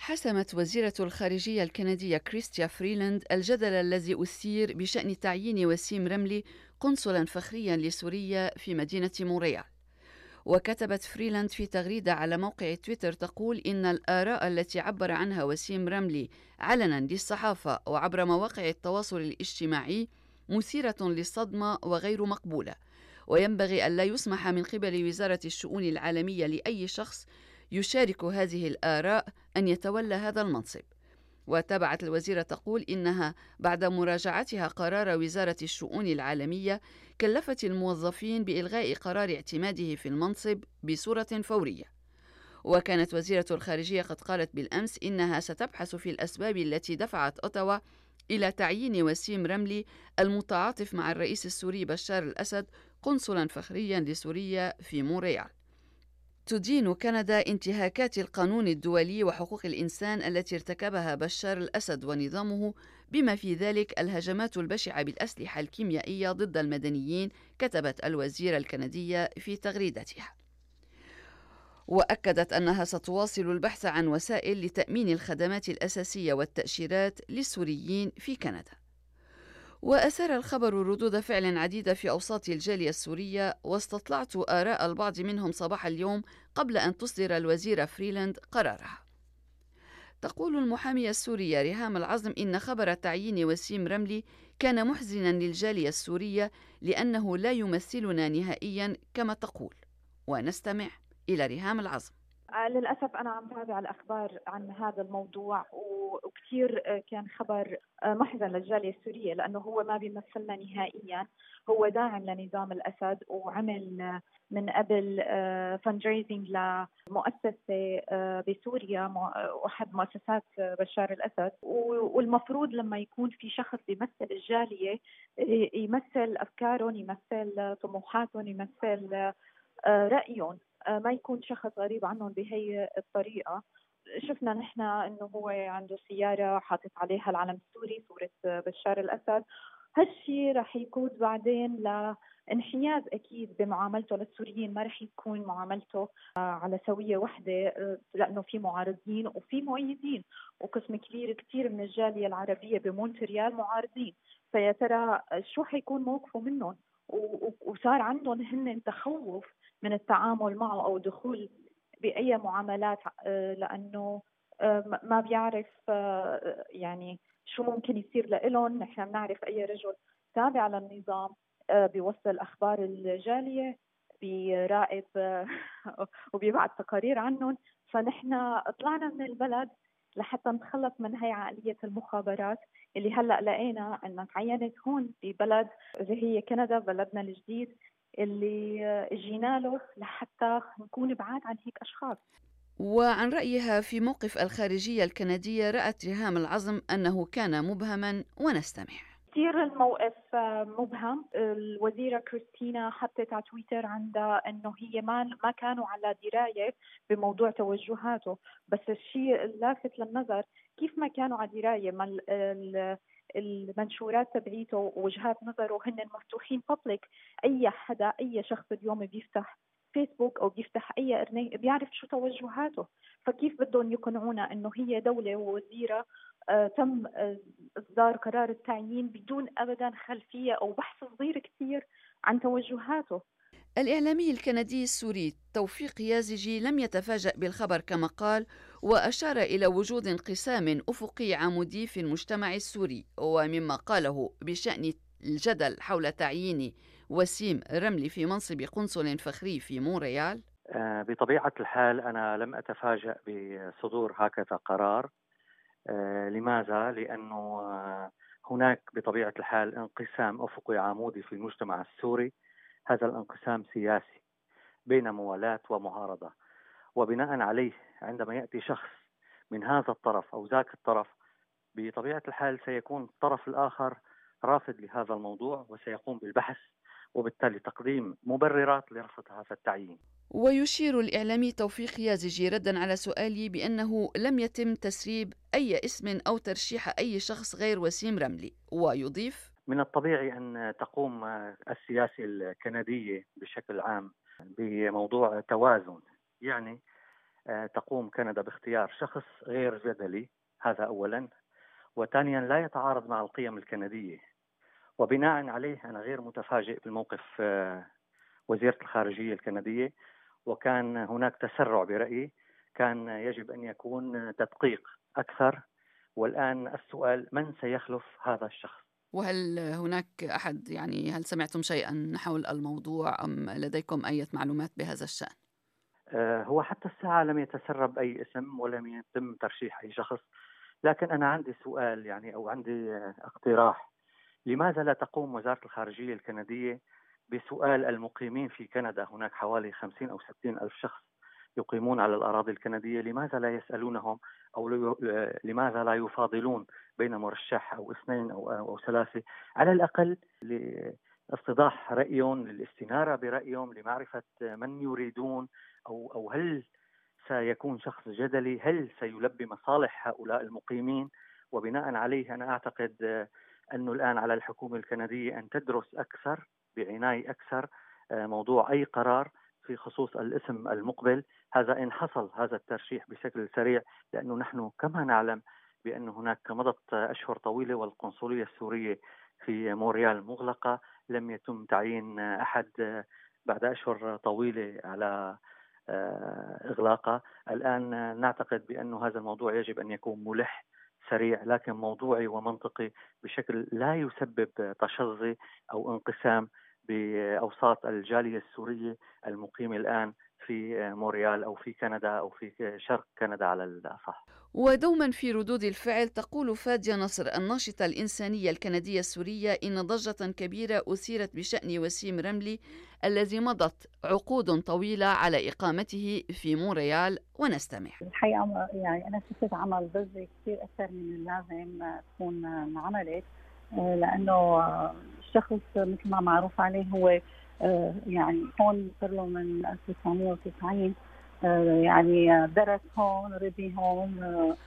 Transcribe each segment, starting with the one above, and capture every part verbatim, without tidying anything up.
حسمت وزيرة الخارجية الكندية كريستيا فريلاند الجدل الذي أثير بشأن تعيين وسيم رملي قنصلا فخريا لسوريا في مدينة مونريال. وكتبت فريلاند في تغريدة على موقع تويتر تقول إن الآراء التي عبر عنها وسيم رملي علنا للصحافة وعبر مواقع التواصل الاجتماعي مثيرة للصدمة وغير مقبولة، وينبغي ألا يسمح من قبل وزارة الشؤون العالمية لأي شخص يشارك هذه الآراء أن يتولى هذا المنصب. وتابعت الوزيرة تقول إنها بعد مراجعتها قرار وزارة الشؤون العالمية كلفت الموظفين بإلغاء قرار اعتماده في المنصب بصورة فورية. وكانت وزيرة الخارجية قد قالت بالأمس إنها ستبحث في الأسباب التي دفعت أوتاوا إلى تعيين وسيم رملي المتعاطف مع الرئيس السوري بشار الأسد قنصلا فخريا لسوريا في مونريال. تدين كندا انتهاكات القانون الدولي وحقوق الإنسان التي ارتكبها بشار الأسد ونظامه، بما في ذلك الهجمات البشعة بالأسلحة الكيميائية ضد المدنيين، كتبت الوزيرة الكندية في تغريدتها. وأكدت أنها ستواصل البحث عن وسائل لتأمين الخدمات الأساسية والتأشيرات للسوريين في كندا. وأثار الخبر ردود فعل عديدة في أوساط الجالية السورية، واستطلعت آراء البعض منهم صباح اليوم قبل أن تصدر الوزيرة فريلاند قرارها. تقول المحامية السورية ريهام العظم إن خبر تعيين وسيم رملي كان محزنا للجالية السورية لأنه لا يمثلنا نهائيا كما تقول. ونستمع إلى ريهام العظم. للأسف أنا عم تابع الأخبار عن هذا الموضوع، وكثير كان خبر محزن للجالية السورية لأنه هو ما بيمثلنا نهائيا. هو داعم لنظام الأسد وعمل من قبل فاندريزنج لمؤسسة بسوريا، واحد مؤسسات بشار الأسد. والمفروض لما يكون في شخص يمثل الجالية يمثل أفكارهم، يمثل طموحاتهم، يمثل رأيهم، ما يكون شخص غريب عنهم بهي الطريقة. شفنا نحن انه هو عنده سيارة حاطط عليها العلم السوري، صورة بشار الأسد. هالشي رح يقود بعدين لانحياز اكيد بمعاملته للسوريين، ما رح يكون معاملته على سوية وحدة، لانه في معارضين وفي مؤيدين، وقسم كبير كتير من الجالية العربية بمونتريال معارضين. فيا ترى شو حيكون موقفه منهم؟ وصار عندهم هن تخوف من التعامل معه أو دخول بأي معاملات، لأنه ما بيعرف يعني شو ممكن يصير لإلهم. نحن بنعرف أي رجل تابع للنظام بيوصل أخبار الجالية، بيراقب وبيبعث تقارير عنهم. فنحن طلعنا من البلد لحتى نتخلص من هاي عقلية المخابرات اللي هلأ لقينا أنها تعينت هون ببلد اللي هي كندا، بلدنا الجديد اللي جينا له لحتى نكون بعاد عن هيك أشخاص. وعن رأيها في موقف الخارجية الكندية، رأت ريهام العظم أنه كان مبهما، ونستمع. كثير الموقف مبهم. الوزيرة كريستينا حطت على تويتر عندها أنه هي ما ما كانوا على دراية بموضوع توجهاته، بس الشيء اللافت للنظر كيف ما كانوا على دراية. ما المنشورات تبعيته ووجهات نظره هن مفتوحين بابليك. أي حدا أي شخص اليوم بيفتح فيسبوك أو بيفتح أي إرني بيعرف شو توجهاته. فكيف بدهم يقنعونا أنه هي دولة ووزيرة آه تم آه إصدار قرار التعيين بدون أبدا خلفية أو بحث صغير كثير عن توجهاته؟ الإعلامي الكندي السوري توفيق يازجي لم يتفاجأ بالخبر كما قال، وأشار إلى وجود انقسام أفقي عمودي في المجتمع السوري. ومما قاله بشأن الجدل حول تعيين وسيم رملي في منصب قنصل فخري في مونريال: بطبيعة الحال أنا لم أتفاجأ بصدور هكذا قرار. لماذا؟ لأنه هناك بطبيعة الحال انقسام أفقي عمودي في المجتمع السوري. هذا الانقسام سياسي بين موالاة ومعارضة، وبناء عليه عندما يأتي شخص من هذا الطرف أو ذاك الطرف، بطبيعة الحال سيكون الطرف الآخر رافض لهذا الموضوع وسيقوم بالبحث، وبالتالي تقديم مبررات لرفض هذا التعيين. ويشير الإعلامي توفيق يازجي ردا على سؤالي بأنه لم يتم تسريب أي اسم أو ترشيح أي شخص غير وسيم رملي، ويضيف: من الطبيعي أن تقوم السياسة الكندية بشكل عام بموضوع توازن. يعني تقوم كندا باختيار شخص غير جدلي، هذا أولا. وثانيا لا يتعارض مع القيم الكندية. وبناء عليه أنا غير متفاجئ بالموقف وزيرة الخارجية الكندية، وكان هناك تسرع برأيي، كان يجب أن يكون تدقيق أكثر. والآن السؤال من سيخلف هذا الشخص؟ وهل هناك أحد، يعني هل سمعتم شيئا حول الموضوع أم لديكم أي معلومات بهذا الشأن؟ هو حتى الساعة لم يتسرب أي اسم ولم يتم ترشيح أي شخص، لكن أنا عندي سؤال يعني أو عندي اقتراح. لماذا لا تقوم وزارة الخارجية الكندية بسؤال المقيمين في كندا؟ هناك حوالي خمسين أو ستين ألف شخص يقيمون على الأراضي الكندية، لماذا لا يسألونهم أو لماذا لا يفاضلون بين مرشح أو اثنين أو, أو ثلاثة على الأقل لاستيضاح رأيهم، للاستنارة برأيهم، لمعرفة من يريدون، أو, أو هل سيكون شخص جدلي، هل سيلبي مصالح هؤلاء المقيمين. وبناء عليه أنا أعتقد أنه الآن على الحكومة الكندية أن تدرس أكثر بعناية أكثر موضوع أي قرار في خصوص الاسم المقبل، هذا إن حصل هذا الترشيح بشكل سريع، لأنه نحن كما نعلم بأن هناك مضت أشهر طويلة والقنصلية السورية في مونريال مغلقة، لم يتم تعيين أحد بعد أشهر طويلة على إغلاقها. الآن نعتقد بأن هذا الموضوع يجب أن يكون ملح سريع لكن موضوعي ومنطقي بشكل لا يسبب تشظي أو انقسام بأوساط الجالية السورية المقيمة الآن في مونريال أو في كندا أو في شرق كندا على الأصح. ودوما في ردود الفعل تقول فادية نصر الناشطة الإنسانية الكندية السورية إن ضجة كبيرة أثيرت بشأن وسيم رملي الذي مضت عقود طويلة على إقامته في مونريال، ونستمع. الحقيقة يعني أنا شفت عمل ضجة كثير أكثر من اللازم تكون عملت، لأنه الشخص مثل ما معروف عليه هو يعني هون صار له من ألف وتسعمية وتسعين، يعني درس هون، ربي هون،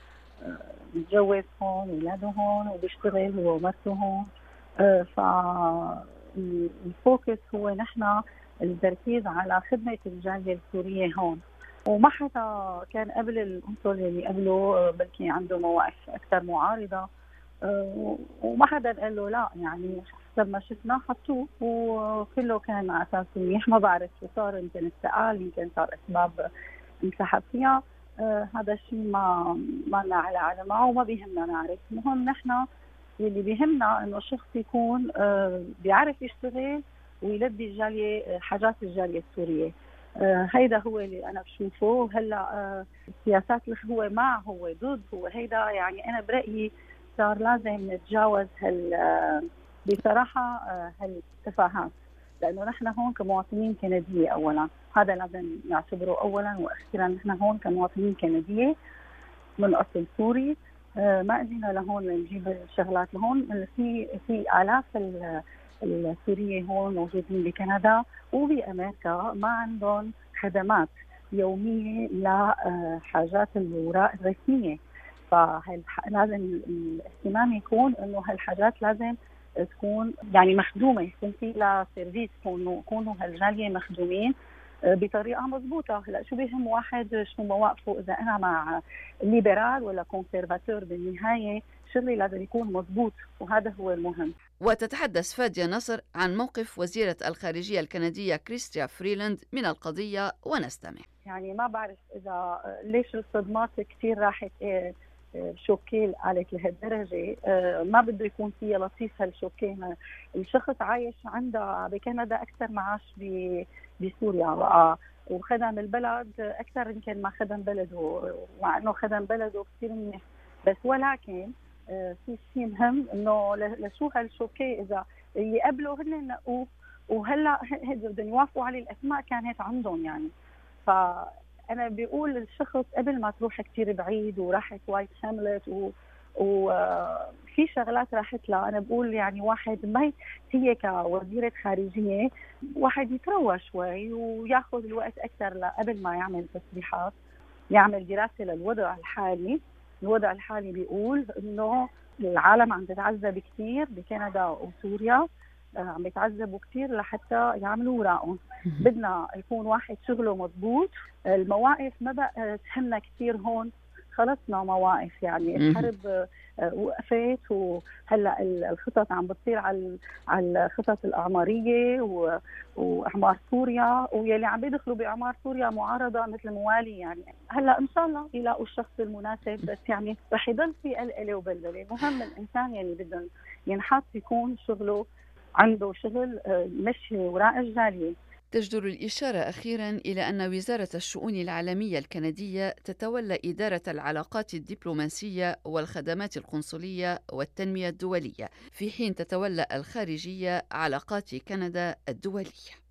متجوز هون، ولاده هون، وبيشتغل هو ومرته هون. فالفوكس هو نحن التركيز على خدمة الجالية السورية هون، وما حدا كان قبل القنصل اللي قبله بلكي عنده مواقف أكثر معارضة، وما حدا قال له لا، يعني حسب ما شفنا حطوه وكله كان على أساس منيح. ما بعرف شو صار، يمكن استقال، يمكن صار أسباب انسحب فيها، آه هذا الشيء ما ما لنا على علمه وما بيهمنا نعرف. المهم نحن اللي بيهمنا انه الشخص يكون آه بيعرف يشتغل ويلبي الجاليه حاجات الجاليه السوريه. آه هيدا هو اللي انا بشوفه. هلا آه السياسات اللي هو مع هو ضد هو هيدا، يعني انا برايي صار لازم نتجاوز هال آه بصراحه آه هالتفاهات، لأنه نحن هون كمواطنين كندية أولا، هذا لازم نعتبره أولا وأخيرا. نحن هون كمواطنين كندية من أصل سوري، ما أجينا لهون نجيب الشغلات لهون. في في آلاف السورية هون موجودين بكندا وبأمريكا ما عندهم خدمات يومية لحاجات الوراء الرسمية، فلازم الاهتمام يكون إنه هالحاجات لازم تكون يعني مخدومه، يكون في لها سيرفيس، يكونوا يكونوا هالجاليه مخدومين بطريقه مضبوطه. هلا شو بيهم واحد شو مواقفه، اذا انا مع ليبرال ولا كونسرفاتور، بالنهايه شغلي لازم يكون مضبوط، وهذا هو المهم. وتتحدث فادية نصر عن موقف وزيرة الخارجية الكندية كريستيا فريلاند من القضية، ونستمع. يعني ما بعرف اذا ليش الصدمات كثير راحت إيه شوكيل قالت لهالدرجة، ما بده يكون فيها لطيف هالشوكين. الشخص عايش عندها بكندا أكثر معاش بسوريا بقى، وخدم البلد أكثر يمكن ما خدم بلده، مع أنه خدم بلده كثير منيح. بس ولكن في شيء مهم إنه لشو هالشوكي إذا اللي قبله هن نقوه وهلا بدهم يوافقوا على الأسماء كانت عندهم. يعني ف أنا بيقول الشخص قبل ما تروح كتير بعيد وراحت وايت هاملت وفي شغلات راحت لها، أنا بقول يعني واحد ما هي كوزيرة خارجية واحد يتروى شوي وياخذ الوقت أكثر قبل ما يعمل تصريحات، يعمل دراسة للوضع الحالي. الوضع الحالي بيقول إنه العالم عم تتعذب كتير بكندا وسوريا، عم يتعذبوا كتير لحتى يعملوا وراءهم. بدنا يكون واحد شغله مضبوط. المواقف ما بقى تهمنا كثير هون، خلصنا مواقف يعني الحرب وقفت، وهلا الخطط عم بتصير على على الخطط الاعماريه واعمار سوريا، ويلي عم بيدخلوا باعمار سوريا معارضه مثل موالي. يعني هلا ان شاء الله يلاقوا الشخص المناسب، بس يعني رح يضل في قلقله وبلبله. مهم الانسان يعني بدهم ينحط يكون شغله عنده شغل مشي وراء الجاليه. تجدر الإشارة أخيراً إلى أن وزارة الشؤون العالمية الكندية تتولى إدارة العلاقات الدبلوماسية والخدمات القنصلية والتنمية الدولية، في حين تتولى الخارجية علاقات كندا الدولية.